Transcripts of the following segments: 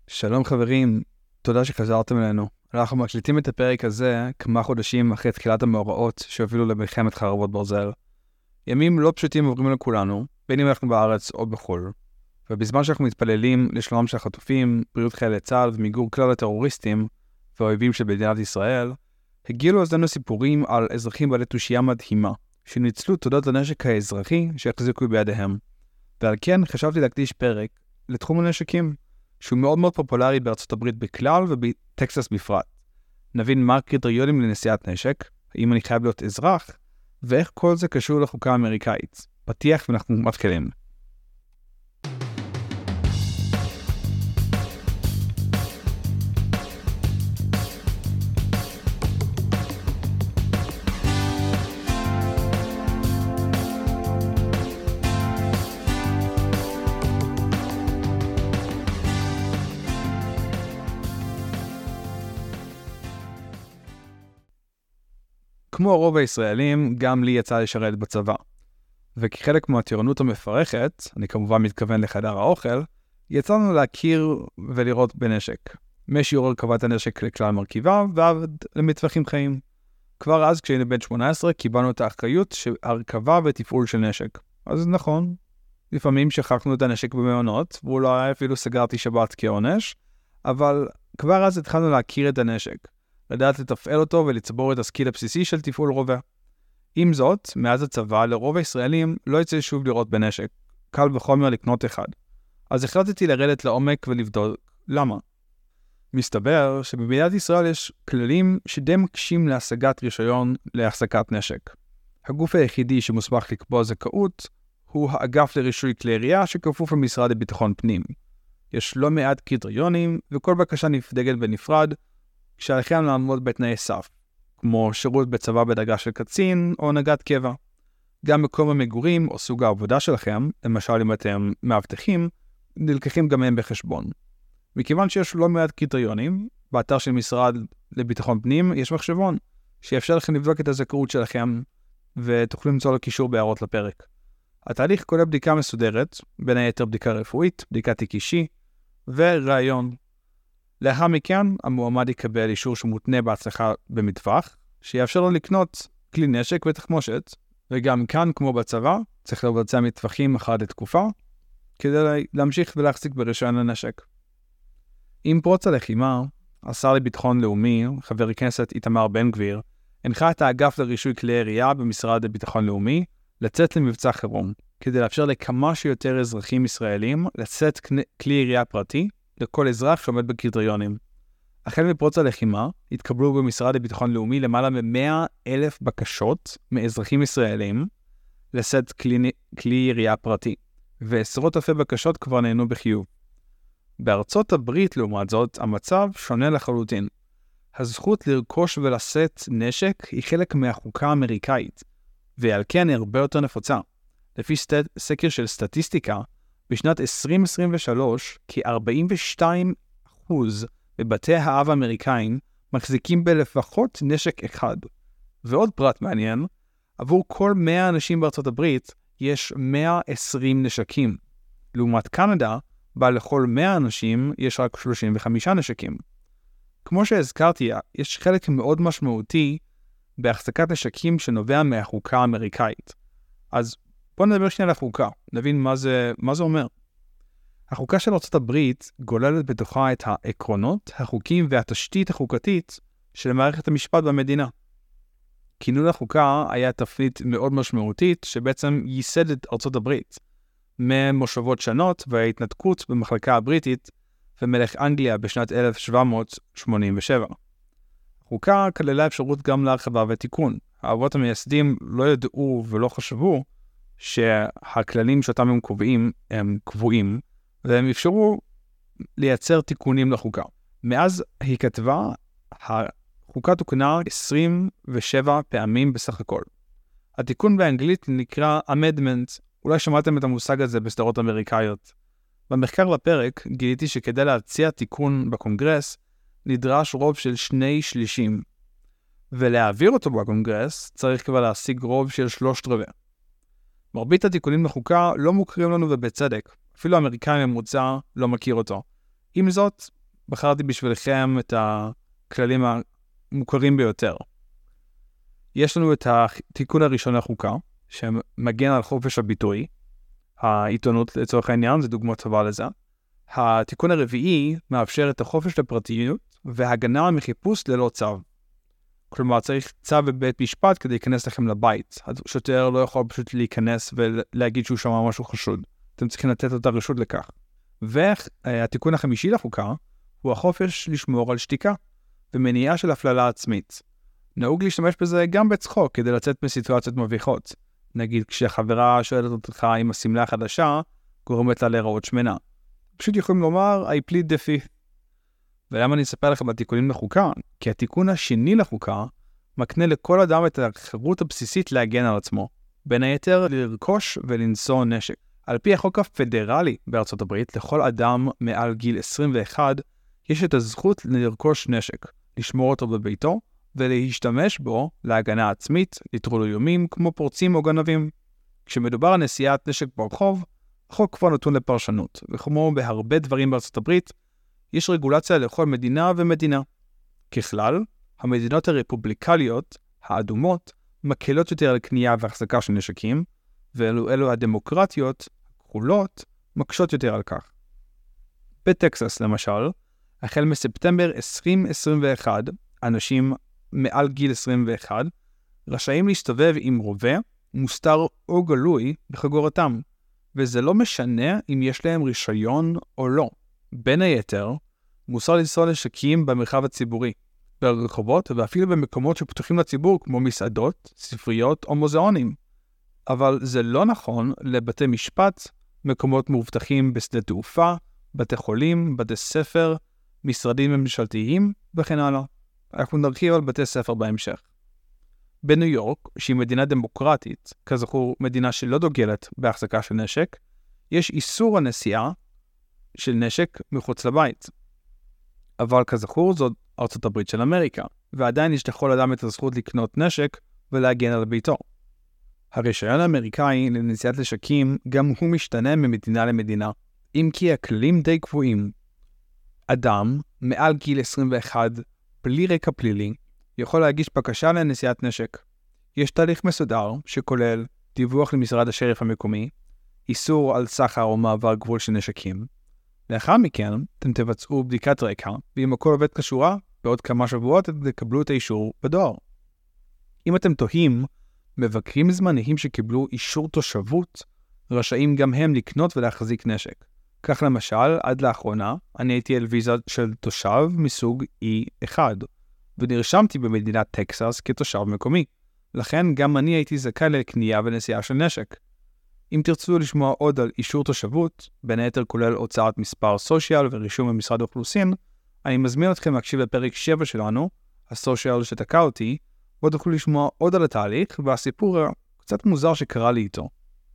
שלום חברים, תודה שחזרתם אלינו. אנחנו מקליטים את הפרק הזה כמה חודשים אחרי תחילת המאורעות שהובילו למלחמת חרבות ברזל. ימים לא פשוטים עוברים לכולנו, בין אם אנחנו בארץ או בחו"ל. ובזמן שאנחנו מתפללים לשלומם של החטופים, בריאות חיילי צה"ל ומיגור כלל הטרוריסטים והאויבים של מדינת ישראל, הגיעו לאוזנינו סיפורים על אזרחים בעלי תושייה מדהימה, שניצלו תודות לנשק האזרחי שהחזיקו בידיהם. ועל כן חשבתי להקדיש פרק לתחום הנשקים, שהוא מאוד מאוד פופולרי בארצות הברית בכלל ובטקסס בפרט. נבין מה הקריטריונים לנשיאת נשק, האם אני חייב להיות אזרח, ואיך כל זה קשור לחוקה האמריקאית. פתיח ואנחנו מתחילים. כמו הרוב הישראלים, גם לי יצא לשרת בצבא. וכחלק מהטירונות המפרכת, אני כמובן מתכוון לחדר האוכל, יצאנו להכיר ולראות בנשק. משיעור הרכבת הנשק לכלל מרכיביו ועד למטווחים חיים. כבר אז כשהיינו בן 18 קיבלנו את האחריות של הרכבה ותפעול של נשק. אז נכון, לפעמים שכחנו את הנשק במעונות, ואולי אפילו סגרתי שבת כעונש, אבל כבר אז התחלנו להכיר את הנשק. לדעת לתפעל אותו ולצבור את הסקיל הבסיסי של תפעול רובה. עם זאת, מאז הצבא, לרוב הישראלים לא יצא שוב לראות בנשק. קל וחומר לקנות אחד. אז החלטתי לרדת לעומק ולבדוק למה. מסתבר שבמדינת ישראל יש כללים שדי מקשים להשגת רישיון להחזקת נשק. הגוף היחידי שמוסמך לקבוע זכאות הוא האגף לרישוי כלי ירייה שכפוף למשרד לביטחון פנים. יש לא מעט קריטריונים וכל בקשה נבדקת בנפרד, כשעליכם לעמוד בתנאי סף, כמו שירות בצבא בדרגה של קצין או נגד קבע. גם מקום המגורים או סוג העבודה שלכם, למשל אם אתם מאבטחים, נלקחים גם הם בחשבון. מכיוון שיש לא מעט קריטריונים, באתר של משרד לביטחון פנים יש מחשבון, שיאפשר לכם לבדוק את הזכאות שלכם, ותוכלו למצוא לו קישור בהערות לפרק. התהליך כולל בדיקה מסודרת, בין היתר בדיקה רפואית, בדיקת תיק אישי, וראיון. לאחר מכן, המועמד יקבל אישור שמותנה בהצלחה במטווח, שיאפשר לו לקנות כלי נשק ותחמושת, וגם כאן, כמו בצבא, צריך לבצע מטווחים אחת לתקופה, כדי להמשיך ולהחזיק ברישיון הנשק. עם פרוץ הלחימה, השר לביטחון לאומי, חבר הכנסת איתמר בן גביר, הנחה את האגף לרישוי כלי ירייה במשרד לביטחון לאומי, לצאת למבצע חירום, כדי לאפשר לכמה שיותר אזרחים ישראלים לצאת כלי ירייה פרטי, לכל אזרח שעומד בקריטריונים. החל מפרוץ הלחימה, התקבלו במשרד לביטחון לאומי למעלה מ-100,000 בקשות מאזרחים ישראלים לשאת כלי ירייה פרטי, ועשרות אלפי בקשות כבר נענו בחיוב. בארצות הברית, לעומת זאת, המצב שונה לחלוטין. הזכות לרכוש ולשאת נשק היא חלק מהחוקה האמריקאית, ועל כן היא הרבה יותר נפוצה. לפי סקר של סטטיסטיקה, בשנת 2023, כ-42% בבתי האב האמריקאים מחזיקים בלפחות נשק אחד. ועוד פרט מעניין, עבור כל 100 אנשים בארצות הברית יש 120 נשקים. לעומת קנדה, בה לכל 100 אנשים יש רק 35 נשקים. כמו שהזכרתי, יש חלק מאוד משמעותי בהחזקת נשקים שנובע מהחוקה האמריקאית. אז בואו נדבר שנייה על החוקה, נבין מה זה אומר. החוקה של ארצות הברית גוללת בתוכה את העקרונות, החוקים והתשתית החוקתית של מערכת המשפט במדינה. כינון החוקה היה תפנית מאוד משמעותית שבעצם ייסד את ארצות הברית, ממושבות שונות וההתנתקות במחלקה הבריטית ומלך אנגליה בשנת 1787. החוקה כללה אפשרות גם להרחבה ותיקון. האבות המייסדים לא ידעו ולא חשבו שהכללים שאותם הם קובעים הם קבועים, והם אפשרו לייצר תיקונים לחוקה. מאז היא כתבה, החוקה תוקנה 27 פעמים בסך הכל. התיקון באנגלית נקרא amendment, אולי שמעתם את המושג הזה בסדרות אמריקאיות. במחקר לפרק גיליתי שכדי להציע תיקון בקונגרס, נדרש רוב של 2/3, ולהעביר אותו בקונגרס צריך כבר להשיג רוב של 3/4. מרבית התיקונים לחוקה לא מוכרים לנו ובצדק, אפילו האמריקאי הממוצע לא מכיר אותו. עם זאת, בחרתי בשבילכם את הכללים המוכרים ביותר. יש לנו את התיקון הראשון לחוקה, שמגן על חופש הביטוי, העיתונות לצורך העניין, זה דוגמה טובה לזה. התיקון הרביעי מאפשר את החופש לפרטיות והגנה מחיפוש ללא צו. כלומר, צריך צו בבית משפט כדי להיכנס לכם לבית. השוטר לא יכול פשוט להיכנס ולהגיד שהוא שמע משהו חשוד. אתם צריכים לתת את הרשות לכך. והתיקון החמישי לחוקה הוא החופש לשמור על שתיקה ומניעה של הפללה עצמית. נהוג להשתמש בזה גם בצחוק כדי לצאת מסיטואציות מביכות. נגיד כשחברה שואלת אותך אם השמלה החדשה גורמת לה להיראות שמנה. פשוט יכולים לומר I plead the fifth. ולמה אני אספר לכם על תיקונים לחוקה? כי התיקון השני לחוקה מקנה לכל אדם את החירות הבסיסית להגן על עצמו. בין היתר לרכוש ולנשוא נשק. על פי החוק הפדרלי בארצות הברית, לכל אדם מעל גיל 21 יש את הזכות לרכוש נשק, לשמור אותו בביתו ולהשתמש בו להגנה עצמית, לטרול איומים כמו פורצים או גנבים. כשמדובר על נשיאת נשק ברחוב, החוק כבר נתון לפרשנות, וכמו בהרבה דברים בארצות הברית, יש רגולציה לכל מדינה ומדינה. ככלל, המדינות הרפובליקליות, האדומות, מקלות יותר על קנייה והחזקה של נשקים, ואלו הדמוקרטיות, הכחולות, מקשות יותר על כך. בטקסס למשל, החל מספטמבר 2021, אנשים מעל גיל 21 רשאים להסתובב עם רובה, מוסתר או גלוי בחגורתם, וזה לא משנה אם יש להם רישיון או לא. בין היתר, מוסר לנסוע נשקים במרחב הציבורי, ברחובות ואפילו במקומות שפתוחים לציבור כמו מסעדות, ספריות או מוזיאונים. אבל זה לא נכון לבתי משפט, מקומות מאובטחים בשדה תעופה, בתי חולים, בתי ספר, משרדים ממשלתיים וכן הלאה. אנחנו נרחיב על בתי ספר בהמשך. בניו יורק, שהיא מדינה דמוקרטית, כזכור מדינה שלא דוגלת בהחזקה של נשק, יש איסור הנשיאה של נשק מחוץ לבית. אבל כזכור זאת ארצות הברית של אמריקה, ועדיין יש לכל אדם את הזכות לקנות נשק ולהגן על ביתו. הרישיון האמריקאי לנשיאת נשקים גם הוא משתנה ממדינה למדינה, אם כי הכללים די קבועים. אדם מעל גיל 21 בלי רקע פלילי יכול להגיש בקשה לנשיאת נשק. יש תהליך מסודר שכולל דיווח למשרד השריף המקומי, איסור על סחר או מעבר גבול של נשקים. לאחר מכן אתם תבצעו בדיקת רקע, ואם הכל עובד כשורה, בעוד כמה שבועות אתם תקבלו את האישור בדואר. אם אתם תוהים, מבקרים זמניים שקיבלו אישור תושבות רשאים גם הם לקנות ולהחזיק נשק. כך למשל, עד לאחרונה, אני הייתי על ויזה של תושב מסוג E1, ונרשמתי במדינת טקסס כתושב מקומי. לכן גם אני הייתי זכאי לקנייה ונשיאה של נשק. אם תרצו לשמוע עוד על אישור תושבות, בין היתר כולל הוצאת מספר סושיאל ורישום במשרד האוכלוסין, אני מזמין אתכם להקשיב לפרק 7 שלנו, הסושיאל שתקע אותי, בו תוכלו לשמוע עוד על התהליך והסיפור קצת מוזר שקרה לי איתו.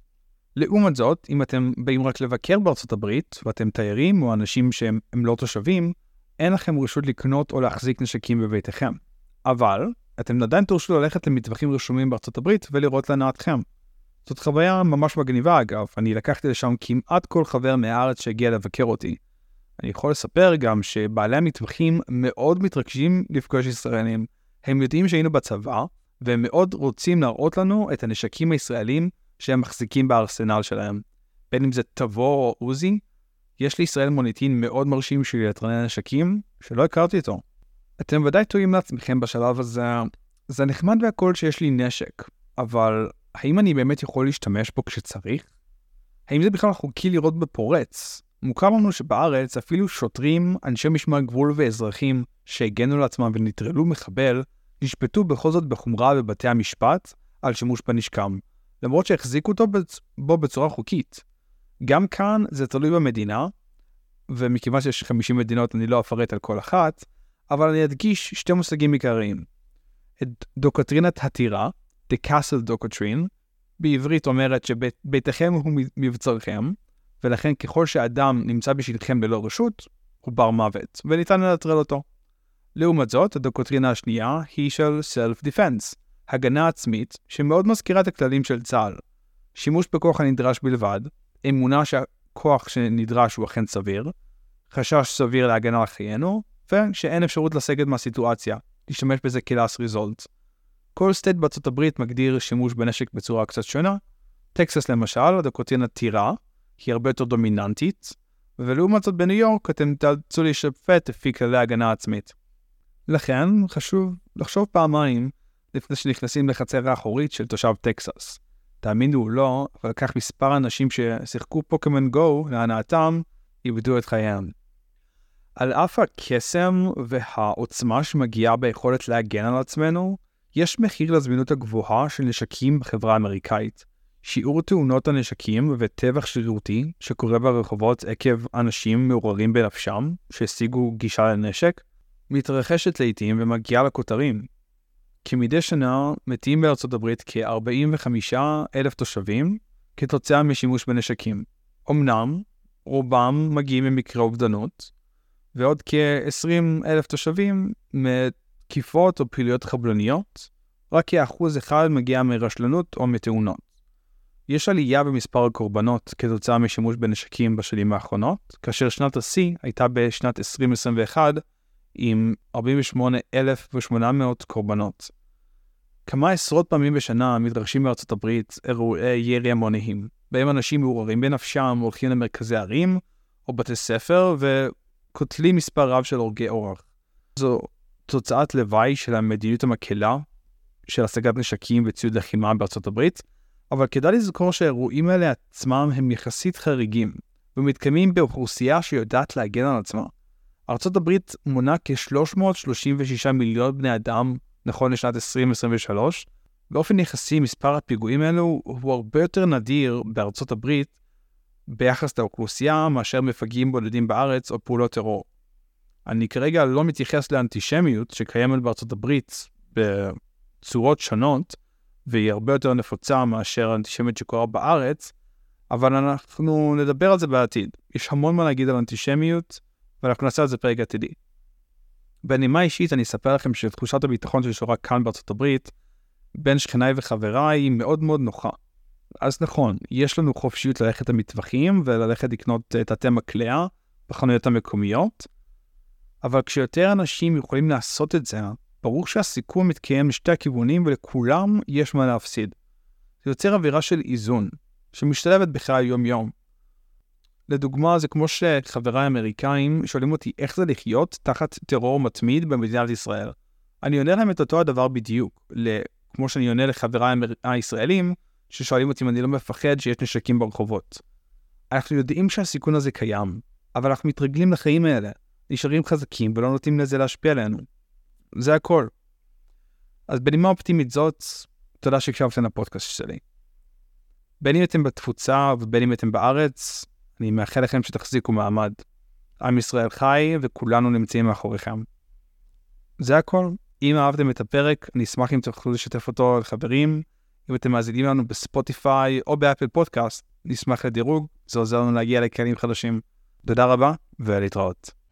לעומת זאת, אם אתם באים רק לבקר בארצות הברית, ואתם תיירים או אנשים שהם לא תושבים, אין לכם רשות לקנות או להחזיק נשקים בביתכם. אבל אתם עדיין תורשו ללכת למטווחים רשומים בארצות הברית ולראות להנאתכם. זאת חוויה ממש מגניבה אגב, אני לקחתי לשם כמעט כל חבר מהארץ שהגיע לבקר אותי. אני יכול לספר גם שבעלי המטווחים מאוד מתרגשים לפגוש ישראלים. הם יודעים שהיינו בצבא, והם מאוד רוצים להראות לנו את הנשקים הישראלים שהם מחזיקים בארסנל שלהם. בין אם זה תבור או עוזי, יש לישראל מוניטין מאוד מרשים של יצרני נשקים שלא הכרתי אותו. אתם ודאי טועים לעצמכם בשלב הזה, זה נחמד והכל שיש לי נשק, אבל האם אני באמת יכול להשתמש בו כשצריך? האם זה בכלל חוקי לראות בפורץ? מוכר לנו שבארץ אפילו שוטרים, אנשי משמר גבול ואזרחים שהגנו לעצמם ונטרלו מחבל, נשפטו בכל זאת בחומרה בבתי המשפט על שימוש בנשקם, למרות שהחזיקו אותו בו בצורה חוקית. גם כאן זה תלוי במדינה, ומכיוון שיש 50 מדינות אני לא אפרט על כל אחת, אבל אני אדגיש שתי מושגים עיקריים. את דוקטרינת הטירה, The Castle Doctrine, בעברית אומרת שביתכם הוא מבצרכם, ולכן ככל שאדם נמצא בשטחכם ללא רשות, הוא בר מוות, וניתן לנטרל אותו. לעומת זאת, הדוקטרינה השנייה היא של Self-Defense, הגנה עצמית שמאוד מזכירה את הכללים של צה"ל. שימוש בכוח הנדרש בלבד, אמונה שהכוח שנדרש הוא אכן סביר, חשש סביר להגנה על חיינו, ושאין אפשרות לסגת מהסיטואציה, להשתמש בזה כ-last result. כל סטייט בארצות הברית מגדיר שימוש בנשק בצורה קצת שונה. טקסס למשל, הדוקטרינה טירה, היא הרבה יותר דומיננטית, ולעומת זאת בניו יורק אתם תאלצו להישפט לפי כללי הגנה עצמית. לכן חשוב לחשוב פעמיים לפני שנכנסים לחצר האחורית של תושב טקסס. תאמינו או לא, אבל כך מספר אנשים ששיחקו פוקימון גו להנאתם איבדו את חייהם. על אף הקסם והעוצמה שמגיעה ביכולת להגן על עצמנו, יש מחיר לזמינות הגבוהה של נשקים בחברה האמריקאית. שיעור תאונות הנשקים וטבח שרירותי שקורה ברחובות עקב אנשים מעוררים בנפשם שהשיגו גישה לנשק, מתרחשת לעתים ומגיעה לכותרים. כמדי שנה מתים בארצות הברית כ-45,000 תושבים כתוצאה משימוש בנשקים. אמנם, רובם מגיעים ממקרי אובדנות, ועוד כ-20,000 תושבים מתקיפות או פעילויות חבלניות, רק כ1% מגיע מרשלנות או מתאונות. יש עלייה במספר הקורבנות כתוצאה משימוש בנשקים בשנים האחרונות, כאשר שנת השיא הייתה בשנת 2021 עם 48,800 קורבנות. כמה עשרות פעמים בשנה מתרחשים בארצות הברית אירועי ירי המוניים, בהם אנשים מעוררים בנפשם הולכים למרכזי ערים או בתי ספר וקוטלים מספר רב של הורגי אורח. זו תוצאת לוואי של המדיניות המקלה של השגת נשקים וציוד לחימה בארצות הברית, אבל כדאי לזכור שהאירועים האלה עצמם הם יחסית חריגים, ומתקיימים באוכלוסייה שיודעת להגן על עצמה. ארצות הברית מונה כ-336 מיליון בני אדם נכון לשנת 2023, באופן יחסי מספר הפיגועים האלו הוא הרבה יותר נדיר בארצות הברית ביחס לאוכלוסייה מאשר מפגעים בודדים בארץ או פעולות טרור. אני כרגע לא מתייחס לאנטישמיות שקיימת בארצות הברית בצורות שונות, והיא הרבה יותר נפוצה מאשר האנטישמיות שקורה בארץ, אבל אנחנו נדבר על זה בעתיד. יש המון מה להגיד על אנטישמיות, ואנחנו נעשה על זה פרק עתידי. בנימה אישית אני אספר לכם שתחושת הביטחון ששורה כאן בארצות הברית, בין שכניי וחבריי היא מאוד מאוד נוחה. אז נכון, יש לנו חופשיות ללכת למטווחים וללכת לקנות תתי מקלע בחנויות המקומיות, אבל כשיותר אנשים יכולים לעשות את זה, ברור שהסיכון מתקיים לשתי הכיוונים ולכולם יש מה להפסיד. זה יוצר אווירה של איזון, שמשתלבת בחיי היום-יום. לדוגמה, זה כמו שחבריי האמריקאים שואלים אותי איך זה לחיות תחת טרור מתמיד במדינת ישראל. אני עונה להם את אותו הדבר בדיוק, כמו שאני עונה לחבריי הישראלים, ששואלים אותי אם אני לא מפחד שיש נשקים ברחובות. אנחנו יודעים שהסיכון הזה קיים, אבל אנחנו מתרגלים לחיים האלה, נשארים חזקים ולא נותנים לזה להשפיע עלינו. זה הכל. אז בנימה אופטימית זאת, תודה שהקשבתם לפודקאסט שלי. בין אם אתם בתפוצה ובין אם אתם בארץ, אני מאחל לכם שתחזיקו מעמד. עם ישראל חי וכולנו נמצאים מאחוריכם. זה הכל. אם אהבתם את הפרק, אני אשמח אם תוכלו לשתף אותו לחברים. אם אתם מאזינים לנו בספוטיפיי או באפל פודקאסט, נשמח לדירוג. זה עוזר לנו להגיע לקהלים חדשים. תודה רבה ולהתראות.